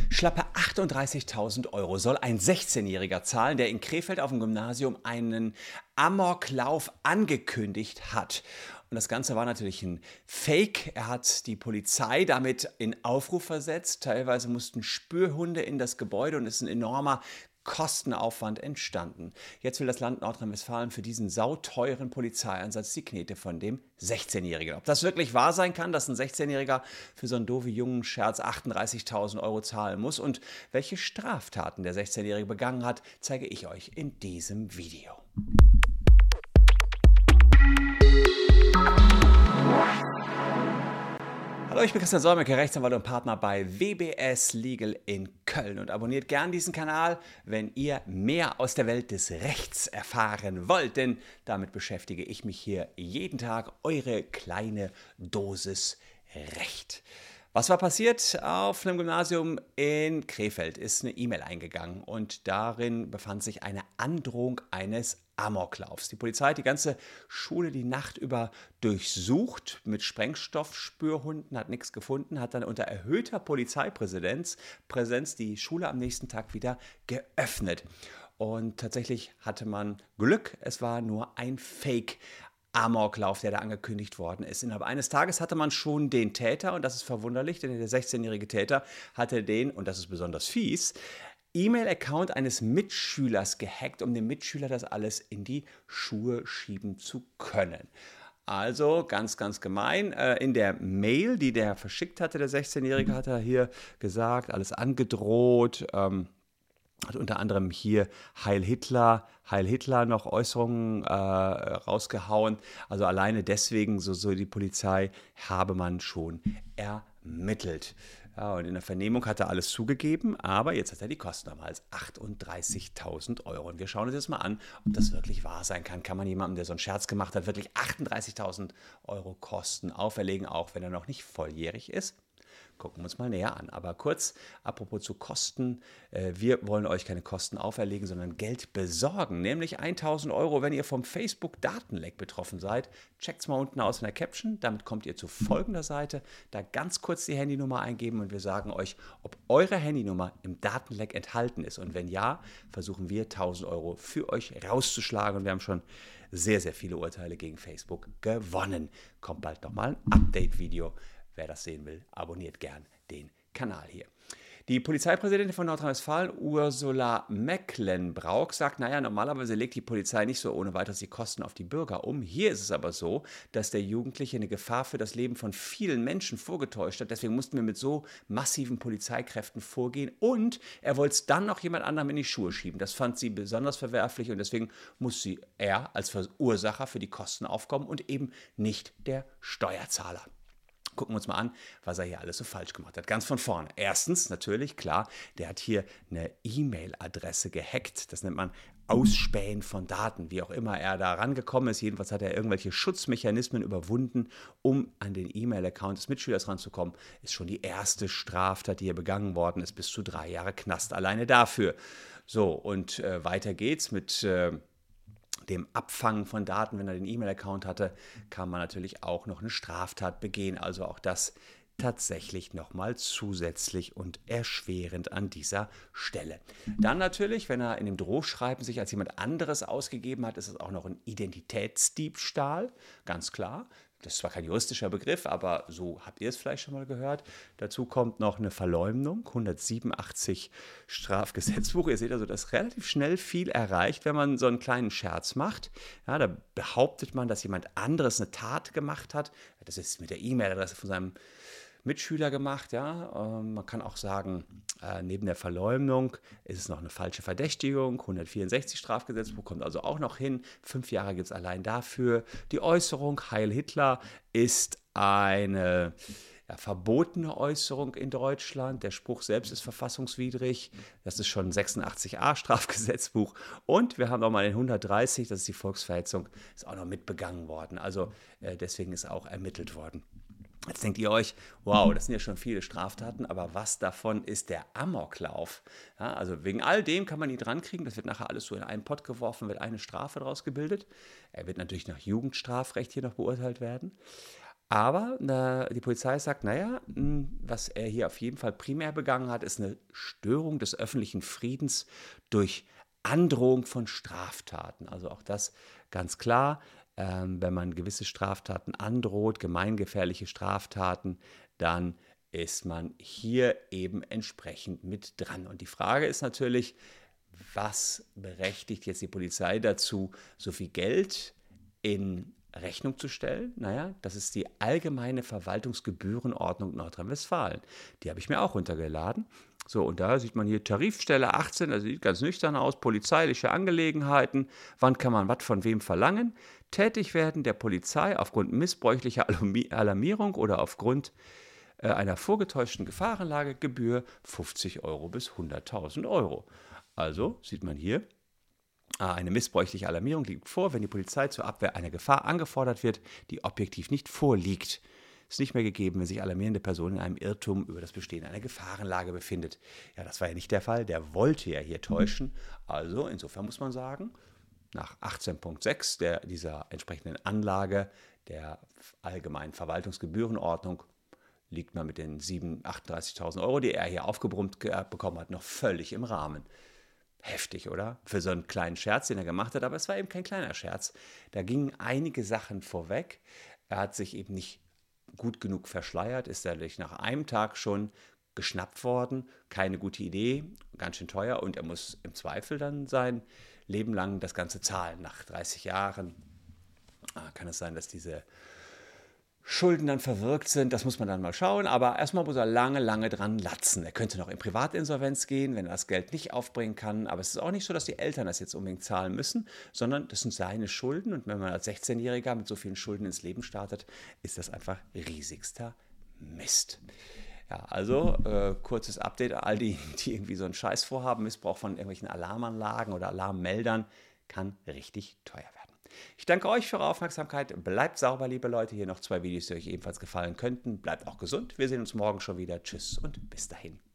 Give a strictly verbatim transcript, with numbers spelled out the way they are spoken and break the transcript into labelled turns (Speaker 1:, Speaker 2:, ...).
Speaker 1: Schlappe achtunddreißigtausend Euro soll ein sechzehnjähriger zahlen, der in Krefeld auf dem Gymnasium einen Amoklauf angekündigt hat. Und das Ganze war natürlich ein Fake. Er hat die Polizei damit in Aufruhr versetzt. Teilweise mussten Spürhunde in das Gebäude und es ist ein enormer Kostenaufwand entstanden. Jetzt will das Land Nordrhein-Westfalen für diesen sauteuren Polizeieinsatz die Knete von dem sechzehnjährigen. Ob das wirklich wahr sein kann, dass ein sechzehnjähriger für so einen doofen jungen Scherz achtunddreißigtausend Euro zahlen muss und welche Straftaten der sechzehnjährige begangen hat, zeige ich euch in diesem Video. Hallo, ich bin Christian Solmecke, Rechtsanwalt und Partner bei W B S Legal in Köln und abonniert gern diesen Kanal, wenn ihr mehr aus der Welt des Rechts erfahren wollt, denn damit beschäftige ich mich hier jeden Tag, eure kleine Dosis Recht. Was war passiert? Auf einem Gymnasium in Krefeld ist eine E-Mail eingegangen und darin befand sich eine Androhung eines Amoklaufs. Die Polizei hat die ganze Schule die Nacht über durchsucht mit Sprengstoffspürhunden, hat nichts gefunden, hat dann unter erhöhter Polizeipräsenz Präsenz die Schule am nächsten Tag wieder geöffnet. Und tatsächlich hatte man Glück, es war nur ein Fake. Amoklauf, der da angekündigt worden ist. Innerhalb eines Tages hatte man schon den Täter, und das ist verwunderlich, denn der sechzehnjährige Täter hatte den, und das ist besonders fies, E-Mail-Account eines Mitschülers gehackt, um dem Mitschüler das alles in die Schuhe schieben zu können. Also ganz, ganz gemein. In der Mail, die der verschickt hatte, der sechzehnjährige, hat er hier gesagt, alles angedroht, ähm, hat unter anderem hier Heil Hitler, Heil Hitler noch Äußerungen äh, rausgehauen. Also alleine deswegen, so, so die Polizei, habe man schon ermittelt. Ja, und in der Vernehmung hat er alles zugegeben, aber jetzt hat er die Kosten am Hals, achtunddreißigtausend Euro. Und wir schauen uns jetzt mal an, ob das wirklich wahr sein kann. Kann man jemandem, der so einen Scherz gemacht hat, wirklich achtunddreißigtausend Euro Kosten auferlegen, auch wenn er noch nicht volljährig ist? Gucken wir uns mal näher an. Aber kurz, apropos zu Kosten, äh, wir wollen euch keine Kosten auferlegen, sondern Geld besorgen, nämlich tausend Euro, wenn ihr vom Facebook-Datenleck betroffen seid. Checkt es mal unten aus in der Caption, damit kommt ihr zu folgender Seite, da ganz kurz die Handynummer eingeben und wir sagen euch, ob eure Handynummer im Datenleck enthalten ist. Und wenn ja, versuchen wir tausend Euro für euch rauszuschlagen und wir haben schon sehr, sehr viele Urteile gegen Facebook gewonnen. Kommt bald nochmal ein Update-Video. Wer das sehen will, abonniert gern den Kanal hier. Die Polizeipräsidentin von Nordrhein-Westfalen, Ursula Mecklenbrauch, sagt, naja, normalerweise legt die Polizei nicht so ohne weiteres die Kosten auf die Bürger um. Hier ist es aber so, dass der Jugendliche eine Gefahr für das Leben von vielen Menschen vorgetäuscht hat. Deswegen mussten wir mit so massiven Polizeikräften vorgehen. Und er wollte es dann noch jemand anderem in die Schuhe schieben. Das fand sie besonders verwerflich und deswegen muss sie er als Verursacher für die Kosten aufkommen und eben nicht der Steuerzahler. Gucken wir uns mal an, was er hier alles so falsch gemacht hat. Ganz von vorne. Erstens, natürlich, klar, der hat hier eine E-Mail-Adresse gehackt. Das nennt man Ausspähen von Daten, wie auch immer er da rangekommen ist. Jedenfalls hat er irgendwelche Schutzmechanismen überwunden, um an den E-Mail-Account des Mitschülers ranzukommen. Ist schon die erste Straftat, die hier begangen worden ist, bis zu drei Jahre Knast alleine dafür. So, und äh, weiter geht's mit Äh, dem Abfangen von Daten, wenn er den E-Mail-Account hatte, kann man natürlich auch noch eine Straftat begehen. Also auch das tatsächlich nochmal zusätzlich und erschwerend an dieser Stelle. Dann natürlich, wenn er in dem Drohschreiben sich als jemand anderes ausgegeben hat, ist es auch noch ein Identitätsdiebstahl, ganz klar. Das ist zwar kein juristischer Begriff, aber so habt ihr es vielleicht schon mal gehört. Dazu kommt noch eine Verleumdung, hundertsiebenundachtzig Strafgesetzbuch. Ihr seht also, dass relativ schnell viel erreicht, wenn man so einen kleinen Scherz macht. Ja, da behauptet man, dass jemand anderes eine Tat gemacht hat. Das ist mit der E-Mail-Adresse von seinem Mitschüler gemacht, ja. Ähm, man kann auch sagen, äh, neben der Verleumdung ist es noch eine falsche Verdächtigung. hundertvierundsechzig Strafgesetzbuch kommt also auch noch hin. Fünf Jahre gibt es allein dafür. Die Äußerung Heil Hitler ist eine ja, verbotene Äußerung in Deutschland. Der Spruch selbst ist verfassungswidrig. Das ist schon sechsundachtzig a Strafgesetzbuch. Und wir haben noch mal den hundertdreißig, das ist die Volksverhetzung, ist auch noch mitbegangen worden. Also äh, deswegen ist auch ermittelt worden. Jetzt denkt ihr euch, wow, das sind ja schon viele Straftaten, aber was davon ist der Amoklauf? Ja, also wegen all dem kann man ihn drankriegen, das wird nachher alles so in einen Pott geworfen, wird eine Strafe daraus gebildet. Er wird natürlich nach Jugendstrafrecht hier noch beurteilt werden. Aber äh, die Polizei sagt, naja, mh, was er hier auf jeden Fall primär begangen hat, ist eine Störung des öffentlichen Friedens durch Androhung von Straftaten. Also auch das ganz klar, ähm, wenn man gewisse Straftaten androht, gemeingefährliche Straftaten, dann ist man hier eben entsprechend mit dran. Und die Frage ist natürlich, was berechtigt jetzt die Polizei dazu, so viel Geld in Rechnung zu stellen? Naja, das ist die Allgemeine Verwaltungsgebührenordnung Nordrhein-Westfalen. Die habe ich mir auch runtergeladen. So, und da sieht man hier Tarifstelle achtzehn, also sieht ganz nüchtern aus, polizeiliche Angelegenheiten, wann kann man was von wem verlangen, tätig werden der Polizei aufgrund missbräuchlicher Alarmierung oder aufgrund äh, einer vorgetäuschten Gefahrenlage Gebühr fünfzig Euro bis hunderttausend Euro. Also sieht man hier, eine missbräuchliche Alarmierung liegt vor, wenn die Polizei zur Abwehr einer Gefahr angefordert wird, die objektiv nicht vorliegt. Ist nicht mehr gegeben, wenn sich alarmierende Person in einem Irrtum über das Bestehen einer Gefahrenlage befindet. Ja, das war ja nicht der Fall. Der wollte ja hier täuschen. Also insofern muss man sagen, nach achtzehn Punkt sechs der, dieser entsprechenden Anlage der allgemeinen Verwaltungsgebührenordnung liegt man mit den achtunddreißigtausend Euro, die er hier aufgebrummt bekommen hat, noch völlig im Rahmen. Heftig, oder? Für so einen kleinen Scherz, den er gemacht hat, aber es war eben kein kleiner Scherz. Da gingen einige Sachen vorweg. Er hat sich eben nicht gut genug verschleiert, ist dadurch nach einem Tag schon geschnappt worden. Keine gute Idee, ganz schön teuer und er muss im Zweifel dann sein Leben lang das Ganze zahlen. Nach dreißig Jahren kann es sein, dass diese Schulden dann verwirkt sind, das muss man dann mal schauen, aber erstmal muss er lange, lange dran latzen. Er könnte noch in Privatinsolvenz gehen, wenn er das Geld nicht aufbringen kann, aber es ist auch nicht so, dass die Eltern das jetzt unbedingt zahlen müssen, sondern das sind seine Schulden und wenn man als sechzehnjähriger mit so vielen Schulden ins Leben startet, ist das einfach riesigster Mist. Ja, also äh, kurzes Update, all die, die irgendwie so einen Scheiß vorhaben, Missbrauch von irgendwelchen Alarmanlagen oder Alarmmeldern, kann richtig teuer werden. Ich danke euch für eure Aufmerksamkeit. Bleibt sauber, liebe Leute. Hier noch zwei Videos, die euch ebenfalls gefallen könnten. Bleibt auch gesund. Wir sehen uns morgen schon wieder. Tschüss und bis dahin.